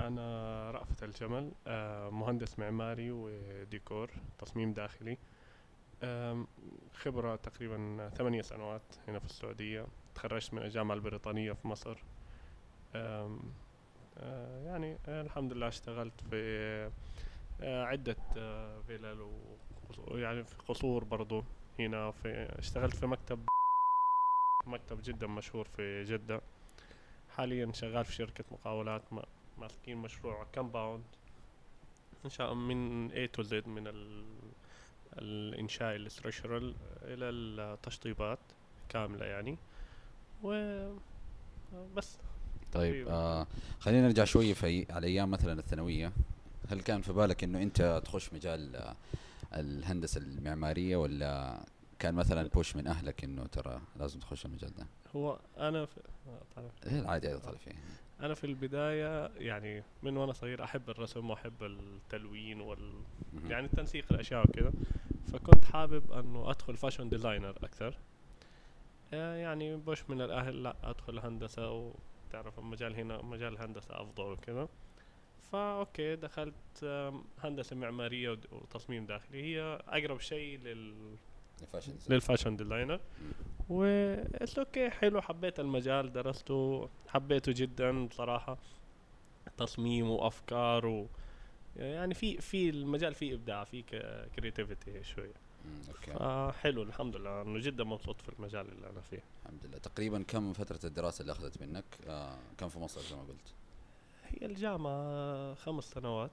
أنا رأفت الجمل، مهندس معماري وديكور تصميم داخلي. آم، خبرة تقريبا 8 سنوات هنا في السعودية. تخرجت من الجامعة البريطانية في مصر. آم، يعني الحمد لله اشتغلت في عدة فيلل ويعني في قصور برضو. هنا اشتغلت في مكتب جدا مشهور في جدة. حاليا شغال في شركة مقاولات، ماسكين مشروع كامباوند إن شاء من A to Z، من الإنشاء الاستراكشرال إلى التشطيبات كاملة يعني. وبس طيب تقريبا. خلينا نرجع شوية على أيام مثلا الثانوية. هل كان في بالك إنه أنت تخش مجال الهندسة المعمارية، ولا كان مثلا بوش من أهلك إنه ترى لازم تخش المجال ده؟ هو أنا في طبعاً. إيه العادي هذا آه، طالع فيه. أنا في البداية يعني من وأنا صغير أحب الرسم وأحب التلوين مهم. يعني التنسيق الأشياء وكذا. فكنت حابب أنه أدخل فاشون ديزاينر أكثر. يعني بوش من الأهل لا أدخل هندسة، وتعرف المجال هنا مجال الهندسة أفضل وكذا. فأوكي دخلت هندسة معمارية وتصميم داخلي، هي أقرب شيء الفاشن ديزاين. للفاشن ديزاينر. وإتس أوكي حلو، حبيت المجال، درسته حبيته جدا بصراحة. تصميم وأفكار يعني في المجال فيه إبداع، فيه كرياتيفيتي شوية. أوكي. فحلو الحمد لله إنه جدا مبسوط في المجال اللي أنا فيه. الحمد لله. تقريبا كم فترة الدراسة اللي أخذت منك؟ كم في مصر زي ما قلت؟ هي الجامعة 5 سنوات.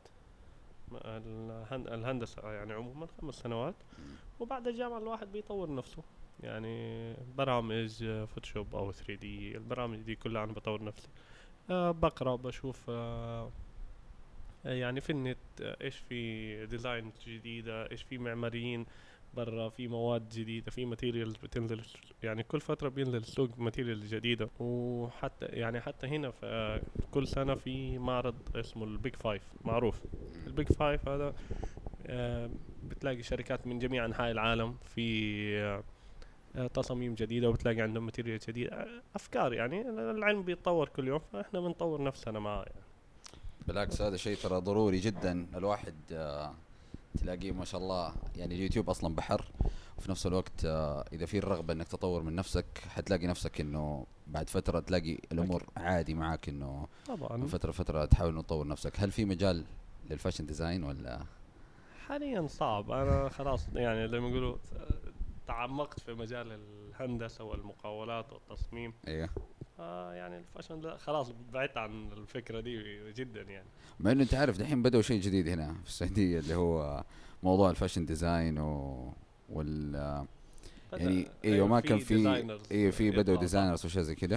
الهندسة يعني عموما 5 سنوات. مم. وبعد الجامعة الواحد بيطور نفسه، يعني برامج فوتوشوب أو 3D، البرامج دي كلها أنا بطور نفسي. بقرأ بشوف يعني في النت إيش في ديزاين جديدة، إيش في معماريين برا، في مواد جديدة، في ماتيريالز بتنزل. يعني كل فترة بينزل السوق ماتيريال جديدة. وحتى يعني حتى هنا في كل سنة في معرض اسمه البيج فايف معروف. مم. البيج فايف هذا بتلاقي شركات من جميع أنحاء العالم في تصاميم جديدة، وبتلاقي عندهم ماتيريال جديد، أفكار. يعني العلم بيتطور كل يوم، فإحنا بنطور نفسنا معاه يعني. بالعكس، بس هذا شيء ترى ضروري جدا. الواحد تلاقيه ما شاء الله، يعني اليوتيوب اصلا بحر. وفي نفس الوقت اذا في الرغبه انك تطور من نفسك، حتلاقي نفسك انه بعد فتره تلاقي أكيد الامور عادي معك، انه من طبعا. فتره لفتره تحاول انه تطور نفسك. هل في مجال للفاشن ديزاين ولا؟ حاليا صعب، أنا خلاص يعني زي ما يقولوا تعمقت في مجال الهندسة والمقاولات والتصميم. ايوه. يعني الفاشن لا، خلاص بعدت عن الفكرة دي جدا يعني. مع انه انت عارف دحين بدأوا شيء جديد هنا في السعوديه، اللي هو موضوع الفاشن ديزاين وال يعني بدأ ايوه، أيوة ما كان في في ديزاينرز ايوه، في بدأوا يطلعوا صح. ديزاينرز وشيء زي كده.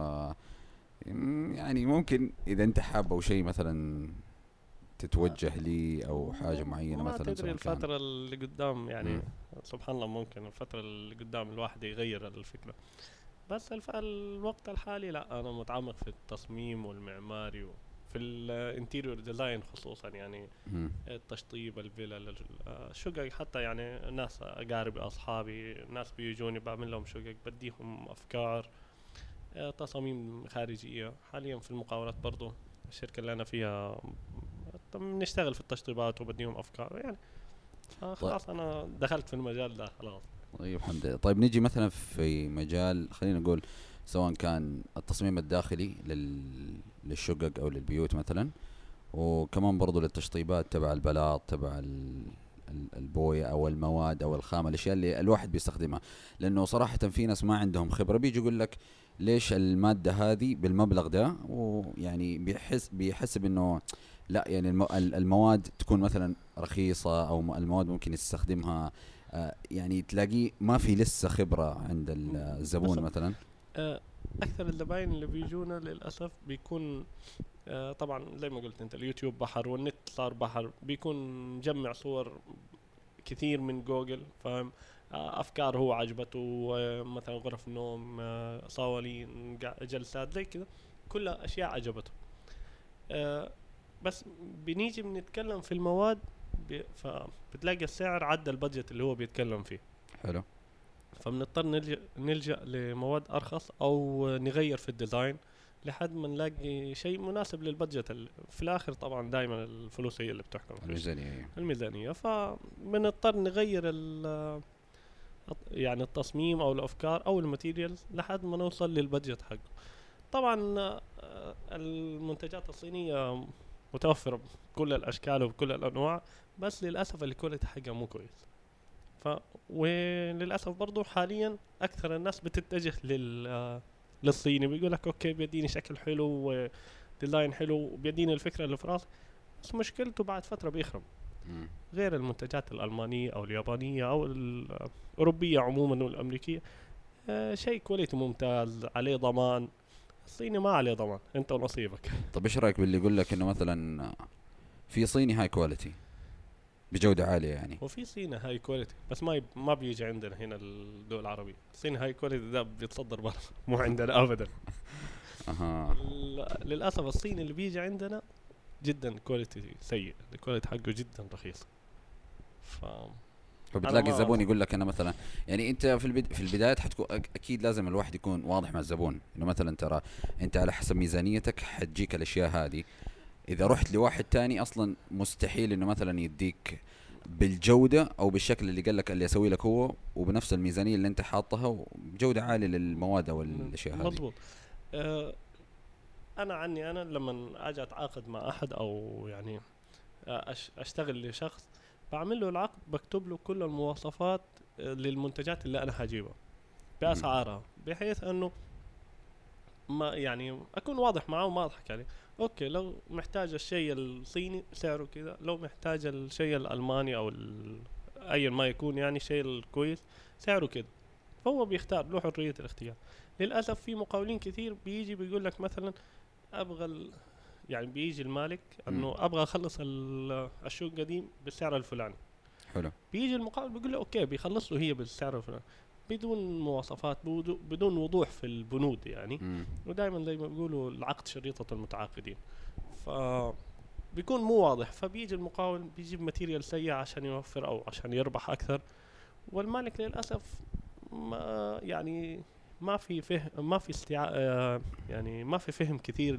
يعني ممكن اذا انت حاب او شيء مثلا تتوجه لي او حاجه معينه ما مثلا تدري سواء كان. الفترة اللي قدام مم. يعني. سبحان الله ممكن الفترة اللي قدام الواحد يغير الفكرة. بس الوقت الحالي لا، أنا متعمق في التصميم والمعماري في الانتيريور ديزاين خصوصا يعني. مم. التشطيب، الفلل، الشقق، حتى يعني ناس أقاربي أصحابي ناس بيجوني بعمل لهم شقق، بديهم أفكار. تصاميم خارجية حاليا في المقاولات برضو. الشركة اللي أنا فيها بنشتغل في التشطيبات وبديهم أفكار يعني. طيب. خلاص أنا دخلت في المجال ده خلاص. طيب الحمد لله. طيب نيجي مثلا في مجال، خلينا نقول سواء كان التصميم الداخلي للشقق او للبيوت مثلا، وكمان برضو للتشطيبات تبع البلاط، تبع البوية او المواد او الخامة، الاشياء اللي الواحد بيستخدمها. لانه صراحة في ناس ما عندهم خبرة، بيجي يقول لك ليش المادة هذه بالمبلغ ده، ويعني بيحسب انه لا، يعني المواد تكون مثلا رخيصة، او المواد ممكن يستخدمها. يعني تلاقيه ما في لسه خبرة عند بس الزبون مثلا. آه، أكثر الزباين اللي بيجونا للأسف بيكون طبعا زي ما قلت أنت اليوتيوب بحر، والنت صار بحر، بيكون مجمع صور كثير من جوجل، فاهم. افكار هو عجبته، مثلا غرف نوم، صوالين، جلسات زي كذا، كلها اشياء عجبته. آه، بس بنيجي بنتكلم في المواد، فبتلاقي السعر عدى البادجت اللي هو بيتكلم فيه. حلو. فبنضطر نلجأ لمواد ارخص او نغير في الديزاين. لحد ما نلاقي شيء مناسب للبادجت. في الاخر طبعا دائما الفلوس هي اللي بتحكم الميزانية. فبنضطر نغير يعني التصميم او الافكار او الماتيريال لحد ما نوصل للبادجت حقه. طبعا المنتجات الصينية متوفرة بكل الاشكال وبكل الانواع، بس للاسف الكواليتي حقها مو كويس. وللاسف برضو حاليا اكثر الناس بتتجه للصيني، بيقول لك اوكي بيديني شكل حلو وديزاين حلو وبيديني الفكره اللي في راسي، بس مشكلته بعد فتره بيخرب. غير المنتجات الالمانيه او اليابانيه او الاوروبيه عموما والامريكيه، شيء كواليتي ممتاز عليه ضمان. الصيني ما عليه ضمان، انت ونصيبك. طب ايش رايك باللي يقول لك انه مثلا في صيني هاي كواليتي بجوده عاليه يعني؟ وفي صيني هاي كواليتي بس ما بيجي عندنا هنا الدول العربيه. الصيني هاي كواليتي ده بيتصدر برا مو عندنا ابدا. للاسف الصيني اللي بيجي عندنا جدا كواليتي سيء، الكواليتي حقه جدا رخيص. فبتلاقي الزبون يقول لك انا مثلا يعني انت في البدايه حتكون اكيد لازم الواحد يكون واضح مع الزبون انه مثلا ترى انت على حسب ميزانيتك حتجيك الاشياء هذه. اذا رحت لواحد تاني اصلا مستحيل انه مثلا يديك بالجوده او بالشكل اللي قال لك اللي يسوي لك هو وبنفس الميزانيه اللي انت حاطها وبجوده عاليه للمواد او الاشياء هذه. مضبوط. انا لما اجي اتعاقد مع احد او يعني اشتغل لشخص، بعمل له العقد، بكتب له كل المواصفات للمنتجات اللي انا هجيبها باسعارها، بحيث انه ما يعني اكون واضح معه وما اضحك عليه. اوكي لو محتاج الشيء الصيني سعره كذا، لو محتاج الشيء الالماني او اي ما يكون يعني الشيء الكويس سعره كذا، فهو بيختار، له حرية الاختيار. للاسف في مقاولين كثير بيجي بيقول لك مثلا ابغى يعني بيجي المالك انه ابغى اخلص الشقه قديم بالسعر الفلاني. حلو. بيجي المقاول بيقول له اوكي، بيخلص له هي بالسعر الفلاني بدون مواصفات، بدون وضوح في البنود يعني. ودائما زي ما بيقولوا العقد شريطة المتعاقدين، ف بيكون مو واضح. فبيجي المقاول بيجيب ماتيريال سيء عشان يوفر او عشان يربح اكثر، والمالك للاسف ما يعني ما في فهم، ما في يعني ما في فهم كثير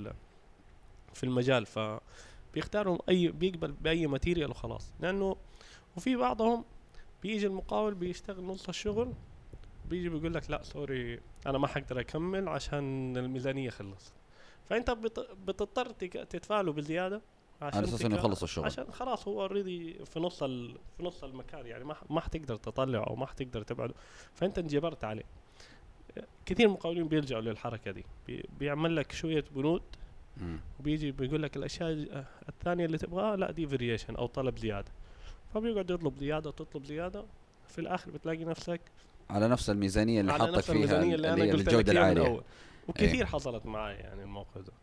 في المجال، فبيختاروا بيقبل باي ماتيريال وخلاص. لانه وفي بعضهم بيجي المقاول بيشتغل نص الشغل، بيجي بيقول لك لا سوري انا ما حقدر اكمل عشان الميزانيه خلص، فانت بتضطر تدفع له بزياده على اساس انه يخلص الشغل، عشان خلاص هو اوريدي في نص المكان يعني، ما حتقدر تطلع او ما حتقدر تبعده، فانت انجبرت عليه. كثير مقاولين بيلجأوا للحركه دي، بيعمل لك شويه بنود وبيجي بيقول لك الاشياء الثانيه اللي تبغاها لا دي فاريشن او طلب زياده، فبيقعد يطلب زياده وتطلب زياده، في الاخر بتلاقي نفسك على نفس الميزانيه اللي حاطك فيها اللي انا قلت الجوده العاليه. وكثير حصلت معي يعني الموقف ده.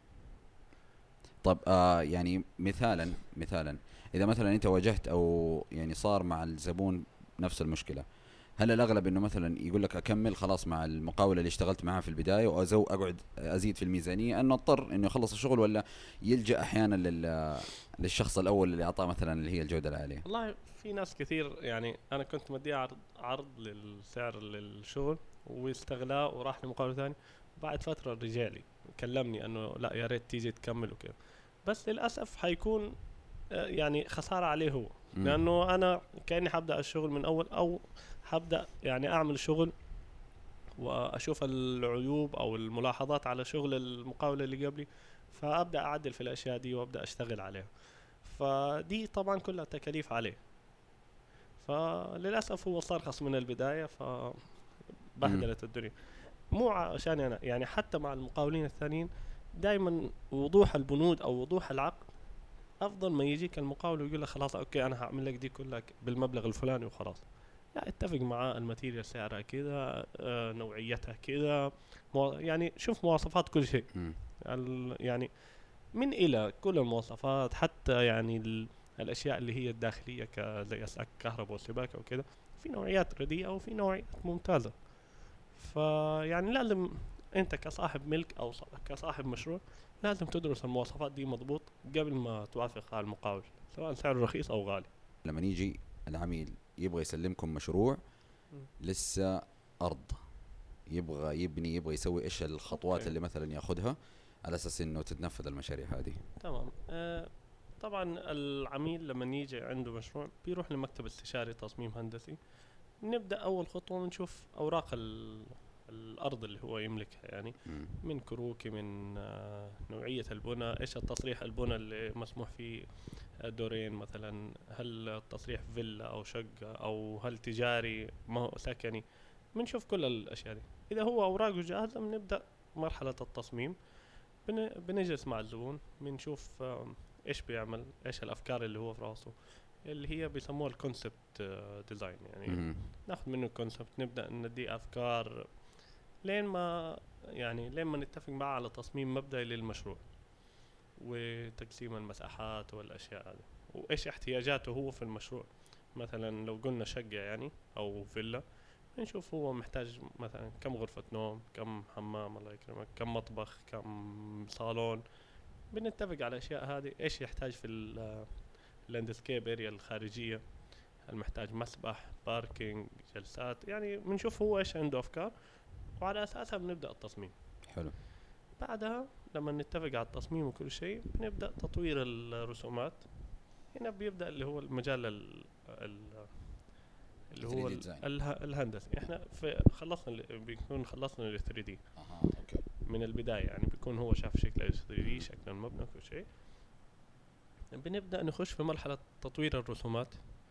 طب يعني مثالا اذا مثلا انت واجهت او يعني صار مع الزبون نفس المشكله، هل الاغلب انه مثلا يقول لك اكمل خلاص مع المقاول اللي اشتغلت معاه في البدايه اقعد ازيد في الميزانيه انه اضطر انه يخلص الشغل، ولا يلجا احيانا للشخص الاول اللي اعطاه مثلا اللي هي الجوده العاليه؟ والله في ناس كثير يعني انا كنت مديه عرض للسعر للشغل واستغلاه وراح لمقاول ثاني، بعد فتره رجالي كلمني انه لا يا ريت تيجي تكمل وكذا، بس للاسف حيكون يعني خساره عليه هو، لانه انا كاني حبدا الشغل من اول، او حبدا يعني اعمل شغل واشوف العيوب او الملاحظات على شغل المقاول اللي قبلي، فابدا اعدل في الاشياء دي وابدا اشتغل عليها، فدي طبعا كلها تكاليف عليه. فللاسف هو صار خصم من البدايه، فبهدلت الدنيا. مو عشان انا يعني، حتى مع المقاولين الثانيين دائما وضوح البنود او وضوح العقد افضل ما يجيك المقاول ويقول لك خلاص اوكي انا هعمل لك دي كلها بالمبلغ الفلاني وخلاص. لا، اتفق معاه الماتيريال سعرها كذا، نوعيتها كذا، يعني شوف مواصفات كل شيء، يعني من الى كل المواصفات، حتى يعني الاشياء اللي هي الداخليه زي اسلاك كهرباء وسباكه وكذا، في نوعيات رديئه وفي نوعيات ممتازه. فيعني لازم انت كصاحب ملك او كصاحب مشروع لازم تدرس المواصفات دي مضبوط قبل ما توافق على المقاول، سواء سعره رخيص او غالي. لما يجي العميل يبغى يسلمكم مشروع لسه ارض يبغى يبني، يبغى يسوي ايش الخطوات أوكي. اللي مثلا ياخذها على اساس انه تتنفذ المشاريع هذه؟ تمام. طبعا العميل لما يجي عنده مشروع بيروح لمكتب استشاري تصميم هندسي. نبدأ أول خطوة نشوف أوراق الأرض اللي هو يملكها، يعني مم. من كروكي، من نوعية البناء، إيش التصريح البناء اللي مسموح فيه، دورين مثلا، هل تصريح فيلا أو شقة، أو هل تجاري ما هو سكني. بنشوف كل الأشياء دي. إذا هو أوراقه جاهزة بنبدأ مرحلة التصميم. بنجلس مع الزبون، بنشوف إيش بيعمل، إيش الأفكار اللي هو في راسه، اللي هي بيسموها الكونسبت ديزاين. يعني مم. ناخذ منه الكونسبت، نبدأ ندي أفكار لين ما نتفق معه على تصميم مبدئي للمشروع، وتقسيم المساحات والأشياء هذه، وإيش احتياجاته هو في المشروع. مثلا لو قلنا شقة يعني أو فيلا، نشوف هو محتاج مثلا كم غرفة نوم، كم حمام الله يكرمك، كم مطبخ، كم صالون. بنتفق على الأشياء هذه، إيش يحتاج في اللاندسكيب اريا الخارجية، هل محتاج مسبح، باركينج، جلسات. يعني بنشوف هو إيش عنده أفكار، وعلى أساسها بنبدأ التصميم. حلو. بعدها لما نتفق على التصميم وكل شيء بنبدأ تطوير الرسومات. هنا بيبدأ اللي هو المجال اللي هو 3D design. الهندسي. احنا بيكون خلصنا ال 3D اها اوكي. من البداية، يعني بيكون هو شاف شكل ال 3D، شكل المبنى كل شيء. بنبدأ نخش في مرحلة تطوير الرسومات.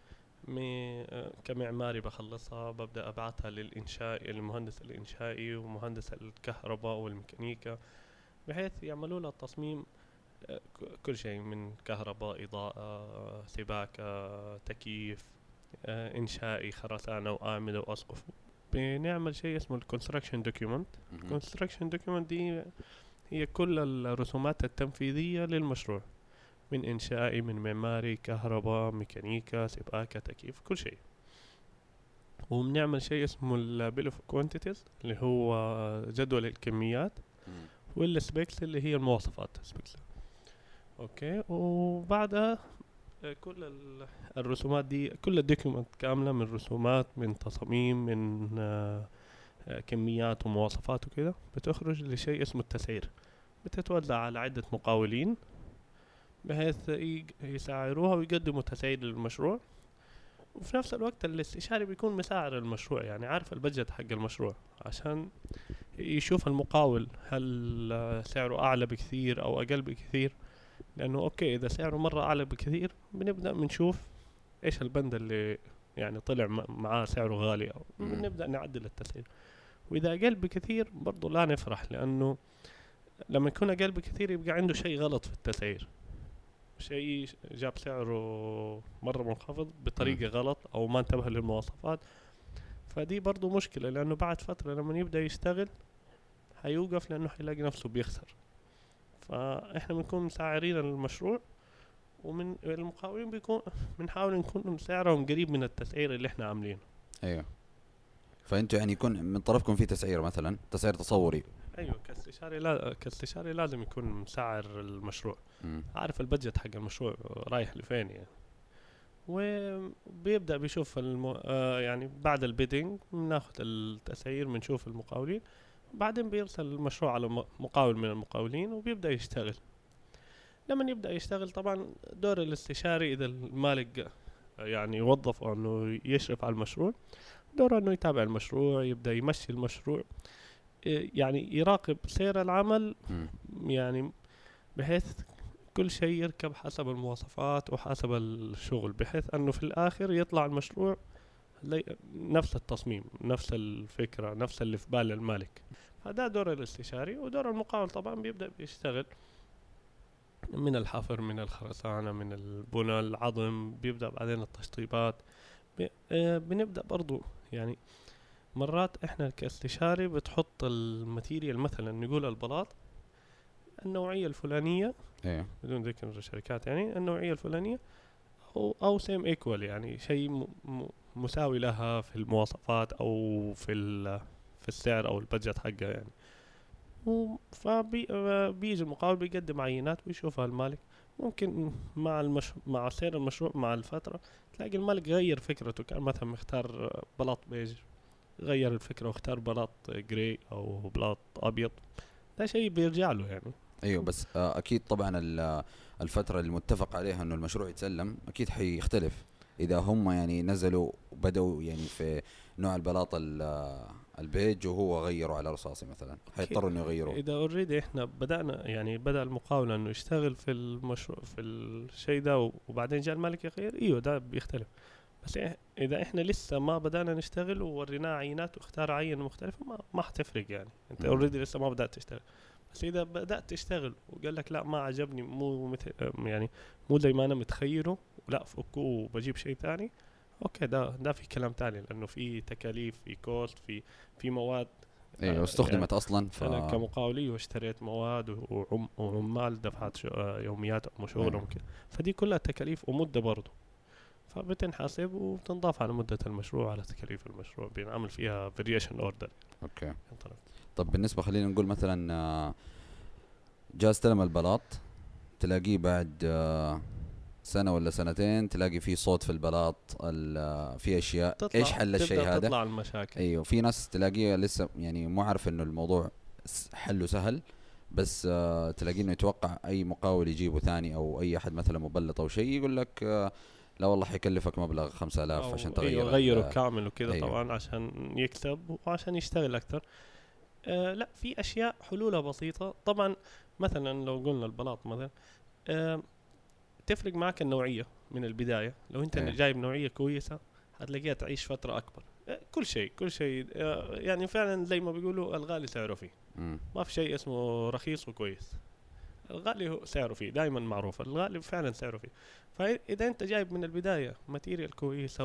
كمعماري بخلصها، ببدأ أبعثها للإنشاء، المهندس الإنشائي ومهندس الكهرباء والميكانيكا، بحيث يعملوا لها التصميم. كل شيء من كهرباء، إضاءة، سباكة، تكييف، إنشائي، خرسانة وأعمدة وأسقف. بنعمل شيء اسمه الكونستراكشن دوكيومنت. مهم. الكونستراكشن دوكيومنت دي هي كل الرسومات التنفيذية للمشروع، من إنشائي، من معماري، كهرباء، ميكانيكا، سباكة، تكييف، كل شيء. وبنعمل شيء اسمه البيل اوف كوانتيتيز، اللي هو جدول الكميات، مم. والسبيكس اللي هي المواصفات سبيكس. اوكي. وبعدها كل الرسومات دي، كل الدوكيومنت كاملة من رسومات، من تصاميم، من كميات ومواصفات وكذا، بتخرج لشيء اسمه التسعير. بتتوزع على عدة مقاولين بحيث يسعروها ويقدموا تسعير للمشروع. وفي نفس الوقت الاستشاري بيكون مسعر المشروع، يعني عارف البجت حق المشروع، عشان يشوف المقاول هل سعره أعلى بكثير أو أقل بكثير. لأنه أوكي، إذا سعره مرة أعلى بكثير بنبدأ بنشوف إيش البند اللي يعني طلع معاه سعره غالي، أو مم. بنبدأ نعدل التسعير. وإذا أقل بكثير برضو لا نفرح، لأنه لما يكون أقل بكثير يبقى عنده شيء غلط في التسعير، شيء جاب سعره مرة منخفض بطريقة غلط، أو ما انتبه للمواصفات. فدي برضو مشكلة، لأنه بعد فترة لما يبدأ يشتغل حيوقف، لأنه حيلاقي نفسه بيخسر. فإحنا بنكون مسعرين المشروع، ومن المقاولين بنحاول نكون سعرهم قريب من التسعير اللي احنا عاملينه. ايوه. فانتوا يعني يكون من طرفكم في تسعير، مثلا تسعير تصوري. ايوه، كاستشاري لازم يكون مسعر المشروع، مم. عارف البجت حق المشروع رايح لفين يعني. وبيبدأ بيشوف يعني بعد البيدنج بناخذ التسعير، بنشوف المقاولين، بعدين بيرسل المشروع على مقاول من المقاولين وبيبدأ يشتغل. لما يبدأ يشتغل طبعا دور الاستشاري، إذا المالك يعني يوظفه أنه يشرف على المشروع، دوره أنه يتابع المشروع، يبدأ يمشي المشروع، يعني يراقب سير العمل، مم. يعني بحيث كل شيء يركب حسب المواصفات وحسب الشغل، بحيث أنه في الآخر يطلع المشروع نفس التصميم، نفس الفكرة، نفس اللي في بال المالك. هذا دور الاستشاري. ودور المقاول طبعا بيبدأ بيشتغل من الحفر، من الخرسانة، من البناء، العظم، بيبدأ بعدين التشطيبات. بنبدأ برضو يعني مرات احنا كاستشاري بتحط الماتيريال، مثلا نقول البلاط النوعية الفلانية، ايوه. بدون ذكر الشركات، يعني النوعية الفلانية، أو سيم ايكوال، يعني شيء مساوي لها في المواصفات أو في السعر أو البجت حقها يعني. فبيجي المقاول بيقدم عينات ويشوفها المالك. ممكن مع سير المشروع مع الفترة تلاقي المالك غير فكرته، كان مثلا مختار بلاط بيج، غير الفكرة واختار بلاط جراي أو بلاط أبيض، ده شيء بيرجع له يعني. ايوه بس اكيد طبعا الفتره المتفق عليها انه المشروع يتسلم اكيد حيختلف اذا هم يعني نزلوا وبدأوا يعني في نوع البلاط البيج وهو غيروا على رصاصي مثلا، أوكي، حيضطروا انه يغيروه. إذا اوريدي إحنا بدأنا يعني بدأ المقاولة إنه يشتغل في المشروع في الشيء ده وبعدين جاء المالك يغير، أيوه ده بيختلف. بس إذا إحنا لسه ما بدأنا نشتغل ووريناه عينات واختار عينة مختلفة، ما حتفرق يعني. أنت مم. اوريدي لسه ما بدأت تشتغل. بس إذا بدأت تشتغل وقال لك لا ما عجبني، مو مثل يعني مو زي ما أنا متخيله، ولا فكوه وبجيب شيء تاني، أوكي ده في كلام تاني، لأنه في تكاليف، في كوست، في مواد. ايوه يعني استخدمت اصلا أنا كمقاولي واشتريت مواد وعمال دفعت يومياتهم أيوة. وشغلهم كده، فدي كلها تكاليف ومدة برضه، فبتنحسب وبتنضاف على مدة المشروع على تكاليف المشروع، بينعمل فيها variation order. اوكي. طب بالنسبه خلينا نقول مثلا جاء استلم البلاط، تلاقيه بعد سنة ولا سنتين تلاقي في صوت في البلاط، في اشياء، ايش حل الشيء تبدأ هذا؟ تطلع المشاكل. ايوه في ناس تلاقيه لسه يعني مو عارف انه الموضوع حله سهل، بس تلاقيه انه يتوقع اي مقاول يجيبه ثاني او اي احد مثلا مبلط او شيء يقول لك لا والله حيكلفك مبلغ 5000 عشان أو أيوه تغير غيره كامل وكده ايوه. طبعا عشان يكسب وعشان يشتغل أكتر. لا، في أشياء حلولها بسيطة طبعا. مثلا لو قلنا البلاط مثلا، آه تفرق معك النوعية من البداية. لو انت ايه. جايب نوعية كويسة هتلاقيها تعيش فترة أكبر. كل شيء يعني فعلا زي ما بيقولوا الغالي سعره فيه. امم. ما في شيء اسمه رخيص وكويس. الغالي هو سعره فيه دائما معروف، الغالي فعلا سعره فيه. فإذا انت جايب من البداية ماتيريال كويسة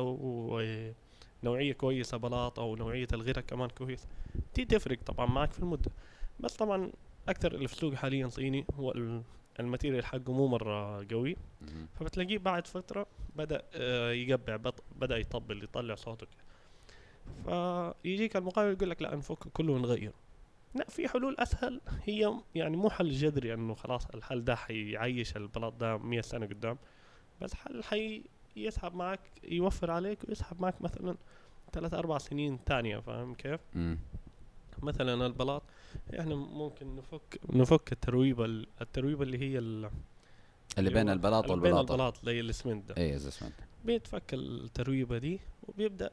ونوعية كويسة بلاط أو نوعية الغيرة كمان كويس، دي تفرق طبعا معك في المدة. بس طبعا أكثر اللي في السوق حاليا صيني، هو الماتيريال حقه مو مرة قوي، مهم. فبتلاقيه بعد فترة بدأ يقبع، بدأ يطبل يطلع صوته كده. فيجيك المقاول يقول لك لا نفك كله ونغير. لا، في حلول أسهل. هي يعني مو حل جذري انه خلاص الحل ده حيعيش البلاط ده 100 سنة قدام، بس حل يسحب معك، يوفر عليك ويسحب معك مثلا 3 4 سنين تانية. فاهم كيف؟ امم. مثلا البلاط احنا ممكن نفك الترويبة اللي هي اللي اللي بين هو البلاط اللي بين والبلاطة. البلاط اللي هي الاسمنت ده. ايه اسمنت. بيتفك الترويبة دي وبيبدأ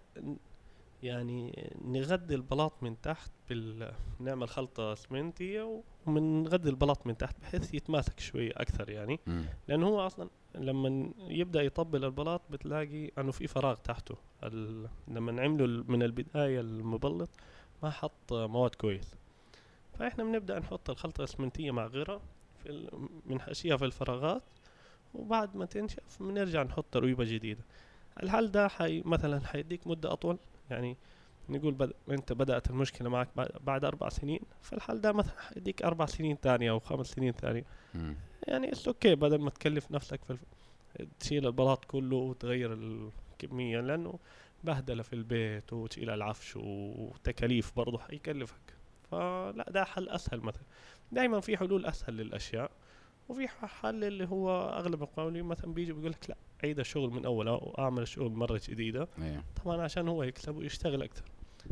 يعني نغذي البلاط من تحت نعمل خلطة اسمنتية ومنغذي البلاط من تحت بحيث يتماسك شوية أكثر يعني. امم. لأنه هو أصلا لما يبدأ يطبل البلاط بتلاقي أنه في فراغ تحته. لما نعمله من البداية المبلط ما حط مواد كويس، فإحنا بنبدأ نحط الخلطة الاسمنتية مع غيرها بنحشيها في الفراغات، وبعد ما تنشف بنرجع نحط ترويبة جديدة. الحل ده مثلا حيديك مدة أطول يعني. نقول انت بدأت المشكلة معك بعد 4 سنين، فالحل ده مثلا حيديك 4 سنين تانية او 5 سنين تانية. امم. يعني اوكي، بدل ما تكلف نفسك تشيل البلاط كله وتغير الكمية، لانه بهدلة في البيت وتشيل العفش وتكاليف برضه حيكلفك. فلا، ده حل اسهل مثلا. دائما في حلول اسهل للاشياء، وفي حل اللي هو اغلب المقاولين مثلا بيجي بيقول لك لا عيد الشغل من اول او اعمل الشغل مرة جديدة، ايه. طبعا عشان هو يكسب ويشتغل اكثر.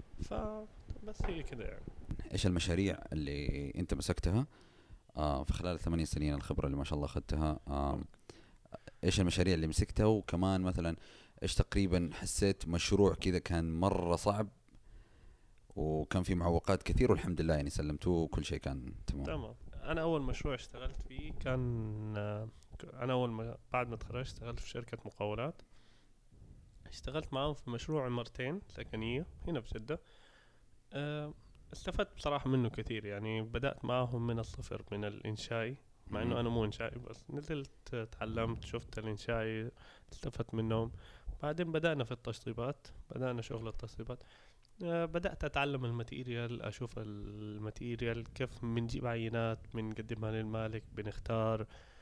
فبس هي كده يعني. ايش المشاريع اللي انت مسكتها في خلال 8 سنين الخبرة اللي ما شاء الله اخذتها؟ ايش المشاريع اللي مسكتها؟ وكمان مثلا ايش تقريبا حسيت مشروع كذا كان مرة صعب وكان في معوقات كثير والحمد لله يعني سلمتوه وكل شيء كان تمام؟ تمام. انا اول مشروع اشتغلت فيه كان انا اول ما بعد ما اتخرجت اشتغلت في شركة مقاولات. اشتغلت معاهم في مشروع عمارتين سكنية هنا في جدة. آه، استفدت بصراحة منه كثير يعني. بدأت معاهم من الصفر، من الإنشائي، مع إنه مهم. أنا مو إنشائي، بس نزلت تعلمت شفت الإنشائي، استفدت منهم. بعدين بدأنا في التشطيبات، بدأنا شغل التشطيبات. بدأت أتعلم الماتيريال، أشوف الماتيريال كيف بنجيب عينات بنقدمها للمالك بنختار.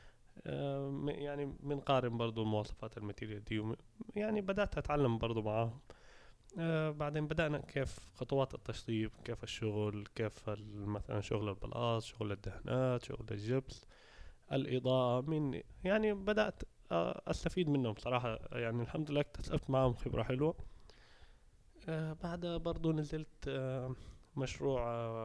يعني بنقارن برضو مواصفات الماتيريال دي يعني بدأت أتعلم برضو معاهم. بعدين بدأنا كيف خطوات التشطيب، كيف الشغل، كيف مثلا شغل البلاط، شغل الدهانات، شغل الجبس، الإضاءة. من يعني بدأت أستفيد منهم صراحة يعني. الحمد لله اكتسبت معهم خبرة حلوة. بعدها برضو نزلت مشروع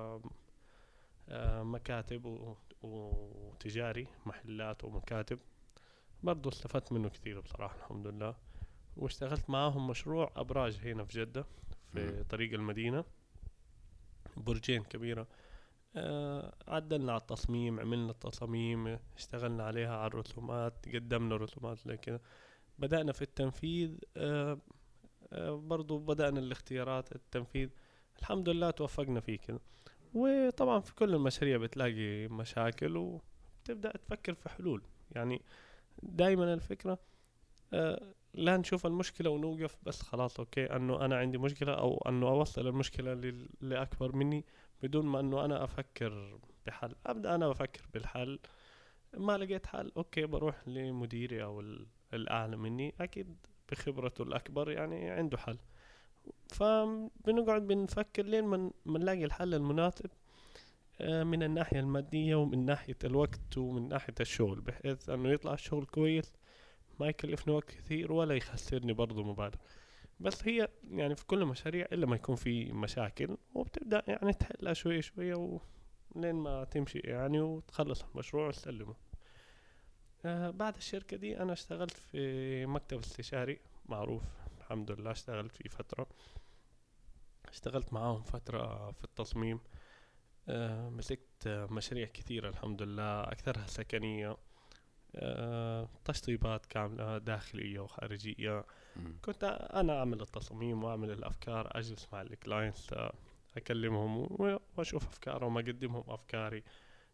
مكاتب وتجاري، محلات ومكاتب. برضو استفدت منه كثير بصراحة الحمد لله. واشتغلت معاهم مشروع أبراج هنا في جدة مم. في طريق المدينة، برجين كبيرة. عدلنا على التصميم، عملنا التصاميم، اشتغلنا عليها على الرسومات، قدمنا رسومات زي كده. بدأنا في التنفيذ. برضو بدأنا الاختيارات، التنفيذ الحمد لله توفقنا فيه كده. وطبعا في كل المشاريع بتلاقي مشاكل وبتبدأ تفكر في حلول. يعني دايما الفكرة لا نشوف المشكلة ونوقف بس خلاص اوكي انه انا عندي مشكلة، او انه اوصل المشكلة لأكبر مني بدون ما انه انا افكر بحل. ابدأ انا بفكر بالحل، ما لقيت حل اوكي بروح لمديري او الاعلى مني، اكيد بخبرته الاكبر يعني عنده حل. فبنقعد بنفكر لين ما نلاقي الحل المناسب، من الناحية المادية ومن ناحية الوقت ومن ناحية الشغل، بحيث انه يطلع الشغل كويس، ما يكلفني وقت كثير ولا يخسرني برضو مبالغ. بس هي يعني في كل المشاريع الا ما يكون في مشاكل، وبتبدأ يعني تحلها شوية شوية لين ما تمشي يعني وتخلص المشروع وتسلمه. بعد الشركة دي انا اشتغلت في مكتب استشاري معروف الحمد لله. اشتغلت فيه فترة، اشتغلت معاهم فترة في التصميم. مسكت مشاريع كثيرة الحمد لله، أكثرها سكنية. تشطيبات كاملة داخلية وخارجية. مم. كنت أنا أعمل التصاميم وأعمل الأفكار، أجلس مع الكلاينتس، أكلمهم وأشوف أفكارهم، أقدمهم أفكاري.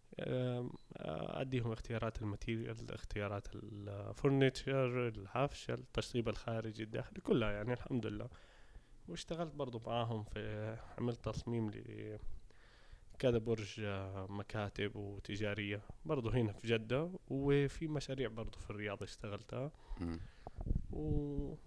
أديهم اختيارات الماتيريال، اختيارات الفurniture، العفش، التشطيب الخارجي الداخلي كلها يعني الحمد لله. واشتغلت برضو معاهم في، عملت تصميم كذا برج مكاتب وتجارية برضو هنا في جدة، وفي مشاريع برضو في الرياض اشتغلتها. مم. وبعد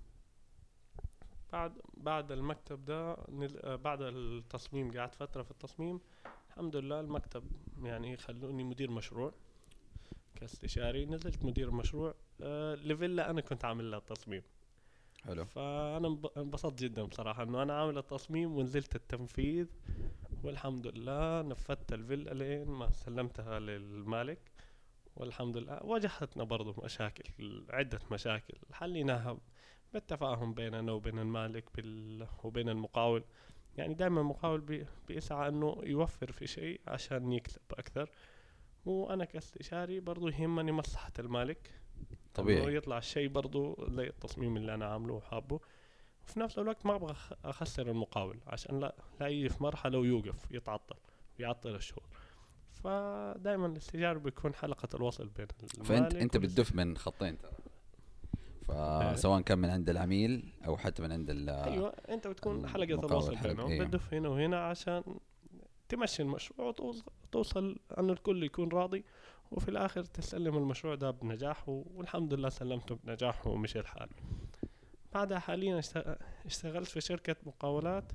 المكتب ده بعد التصميم قعدت فترة في التصميم. الحمد لله المكتب يعني خلوني مدير مشروع كاستشاري. نزلت مدير مشروع لفيلا أنا كنت عامل لها تصميم. حلو. فأنا انبسطت جدا بصراحة إنه أنا عامل التصميم ونزلت التنفيذ، والحمد لله نفذت الفيلا لين ما سلمتها للمالك. والحمد لله واجهتنا برضو مشاكل، عدة مشاكل حليناها بالتفاهم بيننا وبين المالك وبين المقاول. يعني دائما المقاول بيسعى انه يوفر في شيء عشان يكسب اكثر، وانا كاستشاري برضو يهمني مصلحة المالك، انه طبيعي. يطلع الشيء برضو زي التصميم اللي انا عامله وحابه. وفي نفس الوقت ما ابغى اخسر المقاول، عشان لا يجي في مرحلة ويوقف يتعطل ويعطل الشغل. فدائما الاستشاري بيكون حلقة الوصل بين فانت المالك انت بتدف من خطين ترى، آه، فسواء كان من عند العميل او حتى من عند ايوه انت بتكون حلقة المقاول الوصل حلقة، بينهم، ايوه. بتدف هنا وهنا عشان تمشي المشروع وتوصل انه الكل يكون راضي، وفي الاخر تسلم المشروع ده بنجاح. والحمد لله سلمته بنجاح ومشي الحال. بعدها حاليا اشتغلت في شركة مقاولات.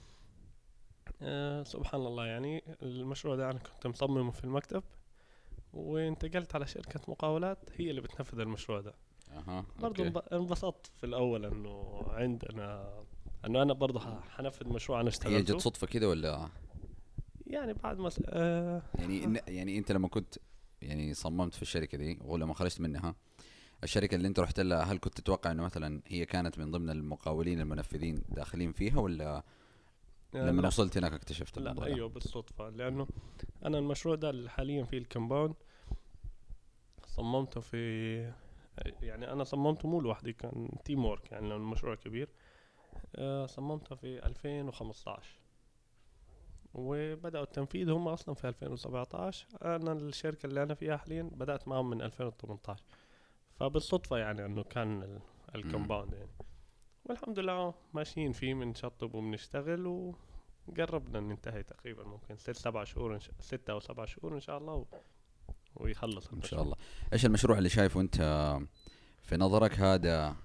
سبحان الله يعني المشروع ده انا كنت مصممه في المكتب، وانتقلت على شركة مقاولات هي اللي بتنفذ المشروع ده. اها، برضو اوكي. انبسطت في الاول انه عندنا، انه انا برضو حنفذ مشروع انا هي جت اشتغلته. صدفة كده ولا؟ يعني بعد ما يعني انت لما كنت يعني صممت في الشركة دي ولما خرجت منها، الشركة اللي انت رحت لها، هل كنت تتوقع انه مثلا هي كانت من ضمن المقاولين المنفذين داخلين فيها، ولا لما لا وصلت هناك اكتشفت لا الموضوع ده؟ ايوه بالصدفة، لانه انا المشروع ده اللي حاليا فيه الكمباوند صممته في، يعني انا صممته مو لوحدي، كان تيم وورك يعني لأنه المشروع كبير. صممته في 2015 وبدأوا التنفيذ هم أصلا في 2017. أنا الشركة اللي أنا فيها حاليا بدأت معهم من 2018. فبالصدفة يعني أنه كان مم. الكومباوند يعني. والحمد لله ماشيين فيه، بنشطب وبنشتغل وقربنا ننتهي تقريبا، ممكن 6 7 شهور 6 أو 7 شهور إن شاء الله ويخلص ان شاء المشروع. الله. ايش المشروع اللي شايفه انت في نظرك هذا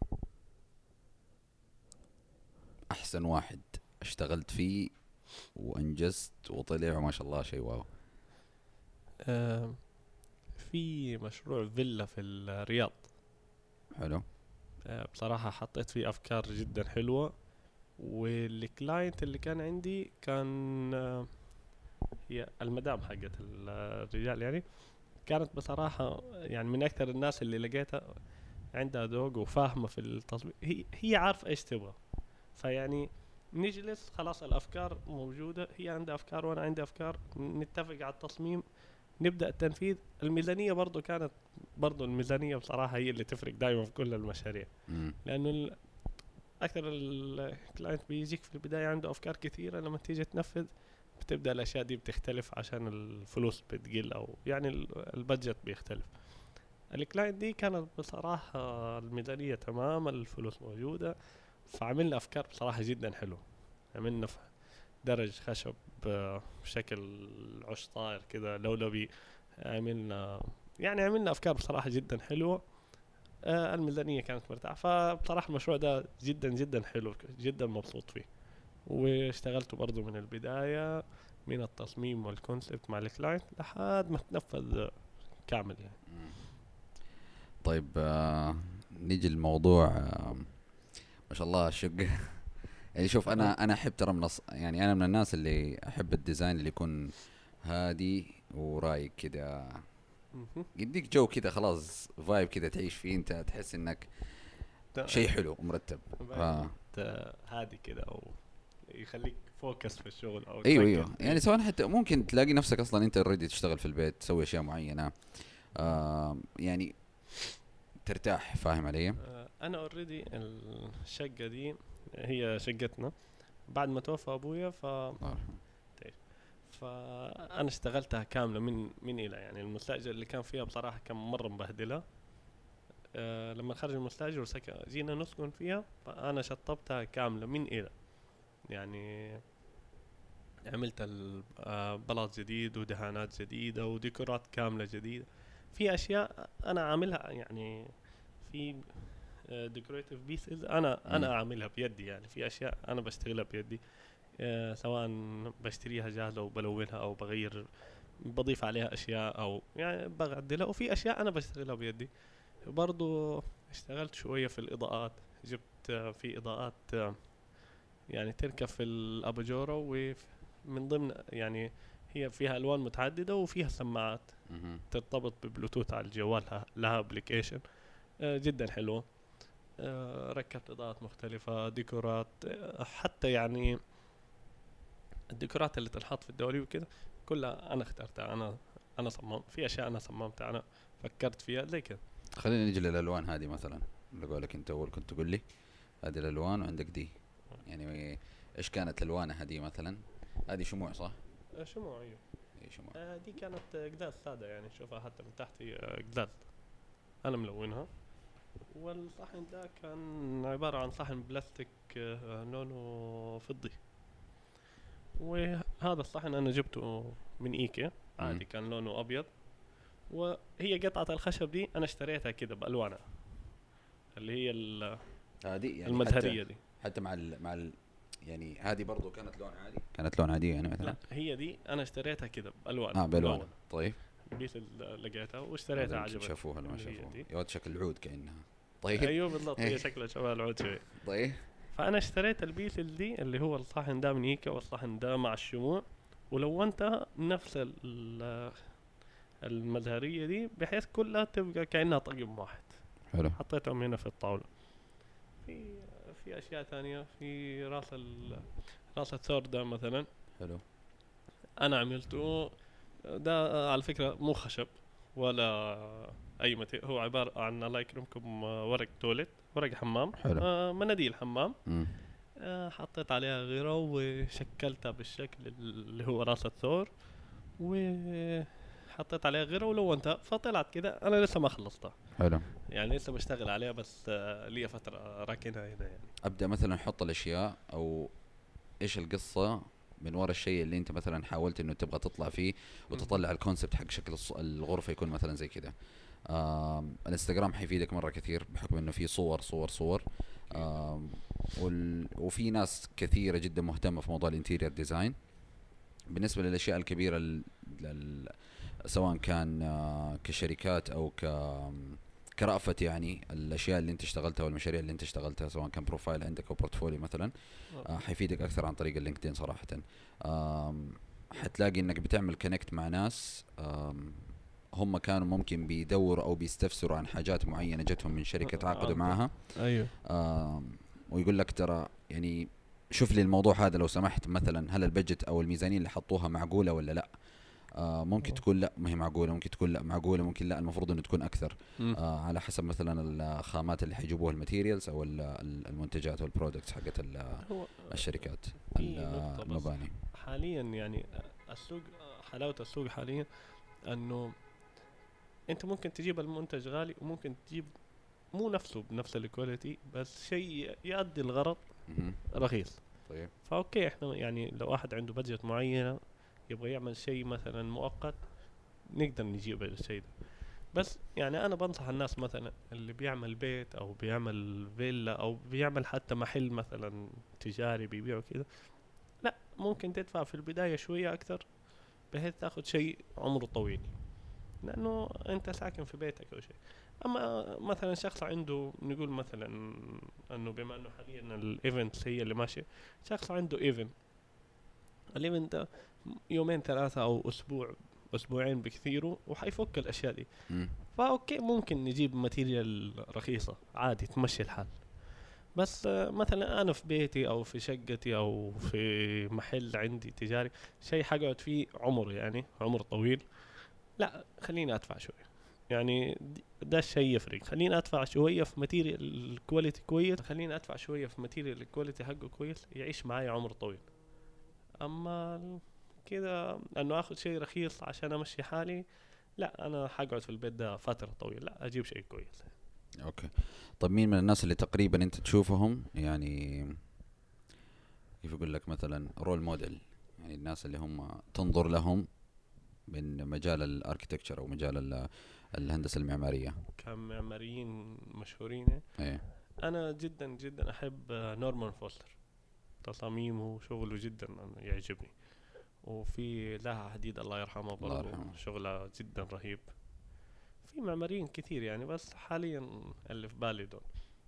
احسن واحد اشتغلت فيه وانجزت وطلع وما شاء الله شيء واو؟ آه في مشروع فيلا في الرياض. حلو. بصراحة حطيت فيه أفكار جدا حلوة، والكلاينت اللي كان عندي كان هي المدام حقت الرجال يعني. كانت بصراحة يعني من أكثر الناس اللي لقيتها عندها ذوق وفاهمة في التصميم، هي عارفة إيش تبغى. فيعني نجلس خلاص، الأفكار موجودة، هي عندها أفكار وأنا عندي أفكار، نتفق على التصميم، نبدأ التنفيذ. الميزانية برضو كانت، برضو الميزانية بصراحة هي اللي تفرق دائما في كل المشاريع، لأنه أكثر الكلاينت بيجيك في البداية عنده أفكار كثيرة، لما تيجي تنفذ بتبدأ الأشياء دي بتختلف عشان الفلوس بتقل، أو يعني البادجت بيختلف. الكلاينت دي كانت بصراحة الميزانية تمام، الفلوس موجودة، فعملنا أفكار بصراحة جدا حلو. عملنا درج خشب بشكل عش طاير كده لولبي، عملنا يعني عملنا أفكار بصراحة جدا حلوة. الميزانية كانت مرتاحة، فبصراحة المشروع ده جدا جدا حلو، جدا مبسوط فيه. واشتغلت برضو من البداية، من التصميم والكونسبت مع الكلاينت لحد ما تنفذ كامل يعني. طيب نيجي الموضوع ما شاء الله شق يعني شوف انا احب ترى يعني انا من الناس اللي احب الديزاين اللي يكون هادي ورايق كده، يديك جو كده خلاص، فايب كده تعيش فيه، انت تحس انك شيء حلو ومرتب. هادي كده، او يخليك فوكس في الشغل، او ايوه يعني سواء حتى ممكن تلاقي نفسك اصلا انت اوريدي تشتغل في البيت، تسوي اشياء معينه يعني ترتاح، فاهم علي؟ انا اوريدي الشقه دي هي شقتنا بعد ما توفى ابويا، فانا اشتغلتها كامله من الى يعني. المستاجر اللي كان فيها بصراحه كان مره مبهدله. لما خرج المستاجر جينا نسكن فيها، فانا شطبتها كامله من الى يعني. عملت بلاط جديد ودهانات جديده وديكورات كامله جديده. في اشياء انا عاملها يعني، في ديكوريتيف بيسز انا اعملها بيدي يعني. في اشياء انا بشتغلها بيدي، سواء بشتريها جاهزه وبلونها، او بغير بضيف عليها اشياء، او يعني بعدلها. وفي اشياء انا بشتغلها بيدي. برضو اشتغلت شويه في الاضاءات، جبت في اضاءات يعني تركب في الاباجوره، ومن ضمن يعني هي فيها الوان متعدده، وفيها سماعات ترتبط ببلوتوث على الجوال، لها ابلكيشن جدا حلوه. ركبت اضاءات مختلفه، ديكورات، حتى يعني الديكورات اللي تنحط في الدوري وكده كلها انا اخترتها. انا صممت في اشياء، انا صممتها، انا فكرت فيها زي كده. خلينا نجي للالوان هذه مثلا، اللي قولك انت اول كنت تقول لي هذه الالوان وعندك دي، يعني ايش كانت الوانها دي مثلا؟ هذه شموع صح؟ شموع، ايوه. شموع. دي كانت قداز ساده يعني، شوفها حتى من تحت هي قداز انا ملونها. والصحن ده كان عباره عن صحن بلاستيك لونه فضي. وهذا الصحن انا جبته من ايكيا عادي، كان لونه ابيض. وهي قطعه الخشب دي انا اشتريتها كده بالوانها، اللي هي هذه يعني المزهريه دي. حتى يعني هذه برضو كانت لون عادي، كانت لون عادي يعني مثلا؟ لا، هي دي انا اشتريتها كده بالوانها. بالوانها. طيب البيت لقيتها واشتريتها، عجبتني. شافوها ما شافوها يا ولد، شكل العود كانها. طيب ايوه بالضبط، هي شكلها شبه العود شوي. طيب فانا اشتريت البيت دي اللي هو الصحن ده من ايكا، والصحن ده مع الشموع، ولونتها نفس المزهريه دي، بحيث كلها تبقى كانها طقم واحد. حلو. حطيتهم هنا في الطاوله. في اشياء ثانيه، في راس الثور ده مثلا. حلو. انا عملته ده على فكره مو خشب ولا اي هو عباره عن، الله يكرمكم، ورق تولت، ورق حمام. حلو. مناديل حمام. حطيت عليها غيره وشكلتها بالشكل اللي هو راس الثور، وحطيت عليها غيره ولونتها، فطلعت كده. انا لسه ما خلصتها. حلو. يعني لسه بشتغل عليها، بس لي فتره راكنها هنا يعني. ابدا مثلا احط الاشياء، او ايش القصه من وراء الشيء اللي انت مثلا حاولت انه تبغى تطلع فيه وتطلع الكونسبت حق شكل الغرفه يكون مثلا زي كذا. الانستغرام حيفيدك مره كثير بحكم انه في صور صور صور. وفي ناس كثيره جدا مهتمه في موضوع الانتيريور ديزاين. بالنسبه للاشياء الكبيره سواء كان كشركات او كرأفة يعني الاشياء اللي انت اشتغلتها والمشاريع اللي انت اشتغلتها، سواء كان بروفايل عندك او بورتفوليو مثلا، حيفيدك اكثر عن طريق اللينكدين صراحة. حتلاقي انك بتعمل كونكت مع ناس هم كانوا ممكن بيدوروا او بيستفسروا عن حاجات معينة جتهم من شركة تعاقدوا معها. ايوه. ويقول لك ترى يعني شوف لي الموضوع هذا لو سمحت، مثلا هل البجت او الميزانية اللي حطوها معقولة ولا لا؟ ممكن تكون لا ما هي معقولة، ممكن تكون لا معقولة، ممكن لا المفروض انه تكون اكثر. على حسب مثلا الخامات اللي حيجيبوها، الماتيريالز او المنتجات والبرودكتس حقت الشركات المباني. حاليا يعني السوق، حلاوة السوق حاليا انه انت ممكن تجيب المنتج غالي وممكن تجيب مو نفسه بنفس الكواليتي بس شيء يؤدي الغرض رخيص. طيب فاوكي احنا يعني لو واحد عنده بادجت معينة يبغى يعمل شيء مثلا مؤقت نقدر نجيب الشيء ده. بس يعني انا بنصح الناس مثلا اللي بيعمل بيت او بيعمل فيلا او بيعمل حتى محل مثلا تجاري بيبيعوا كده، لا ممكن تدفع في البداية شوية اكثر بحيث تاخد شيء عمره طويل، لانه انت ساكن في بيتك او شيء. اما مثلا شخص عنده نقول مثلا انه بما انه حاليا الايفنت هي اللي ماشيه، شخص عنده ايفنت، الايفنت ده يومين ثلاثة او اسبوع اسبوعين بكثيره وحيفك الاشياء دي. فاوكي ممكن نجيب ماتيريال رخيصة عادي تمشي الحال. بس مثلا انا في بيتي او في شقتي او في محل عندي تجاري شيء حقعد فيه عمر يعني عمر طويل، لا خليني ادفع شوية. يعني ده الشيء يفرق، خليني ادفع شوية في ماتيريال كواليتي كويس، خليني ادفع شوية في ماتيريال الكواليتي حقه كويس يعيش معايا عمر طويل. اما كده انه اخذ شيء رخيص عشان امشي حالي، لا انا حقعد في البيت ده فترة طويلة، لا اجيب شيء كويس. اوكي. طب مين من الناس اللي تقريبا انت تشوفهم يعني كيف اقول لك مثلا رول موديل، يعني الناس اللي هم تنظر لهم من مجال الاركتكتشر او مجال الهندسة المعمارية؟ كمعماريين مشهورين ايه. انا جدا جدا احب نورمان فوستر، تصاميمه وشغله جدا يعجبني. وفي لها حديد الله يرحمه برضه شغله جدا رهيب. في معماريين كثير يعني بس حاليا اللي في بالي دول.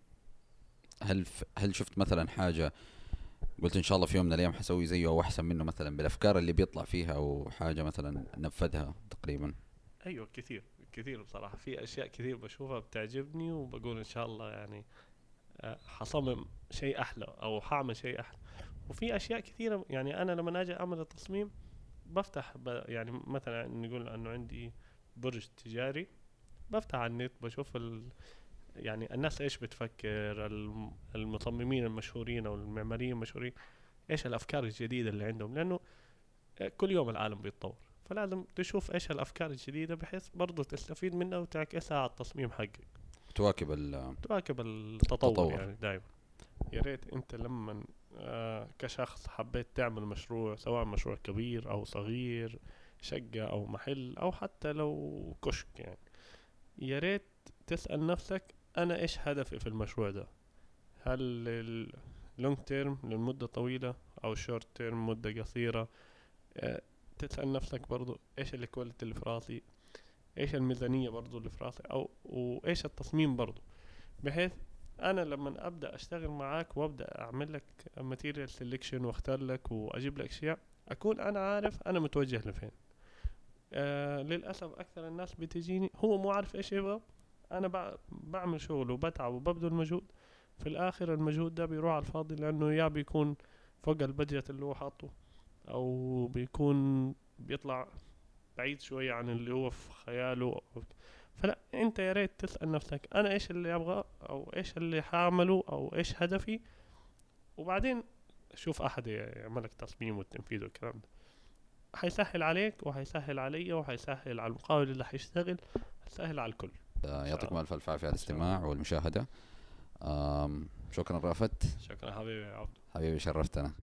هل شفت مثلا حاجة قلت ان شاء الله في يوم من الايام حسوي زيه او احسن منه، مثلا بالافكار اللي بيطلع فيها، او حاجة مثلا نفذها تقريبا؟ ايوه كثير كثير بصراحة، في اشياء كثير بشوفها بتعجبني وبقول ان شاء الله يعني حصمم شيء احلى او حاعمل شيء احلى. وفي اشياء كثيرة يعني انا لما اجي اعمل التصميم بفتح يعني مثلا نقول انه عندي برج تجاري، بفتح على النت بشوف يعني الناس ايش بتفكر، المصممين المشهورين او المعماريين المشهورين ايش الافكار الجديدة اللي عندهم، لانه كل يوم العالم بيتطور فلازم تشوف ايش الافكار الجديدة بحيث برضو تستفيد منها وتعكسها على التصميم حقك، تواكب التطور يعني دائما. يا ريت انت لما كشخص حبيت تعمل مشروع سواء مشروع كبير او صغير، شقة او محل او حتى لو كشك، يعني يا ريت تسأل نفسك انا ايش هدفي في المشروع ده، هل اللونج تيرم للمدة طويلة او شورت تيرم مدة قصيرة. تسأل نفسك برضو ايش الكواليتي اللي في راسي، ايش الميزانية برضو اللي في راسي، او وايش التصميم برضو، بحيث انا لما ابدا اشتغل معاك وابدا اعمل لك ماتيريال سيلكشن واختار لك واجيب لك اشياء اكون انا عارف انا متوجه لفين. للاسف اكثر الناس بتجيني هو مو عارف ايش يبغى، انا بعمل شغل وبتعب وببذل مجهود، في الاخر المجهود ده بيروح على الفاضي لانه يا بيكون فوق البجت اللي هو حاطه او بيكون بيطلع بعيد شوية عن اللي هو في خياله. فلا انت يا ريت تسأل نفسك انا ايش اللي ابغى او ايش اللي حاعمله او ايش هدفي، وبعدين شوف احد يعملك تصميم والتنفيذ والكلام ده، حيسهل عليك وحيسهل علي وحيسهل على المقاول اللي حيشتغل، حيسهل على الكل. يعطيكم الف العافية على الاستماع والمشاهدة. شكرا رافت. شكرا حبيبي يا عبد. حبيبي شرفتنا.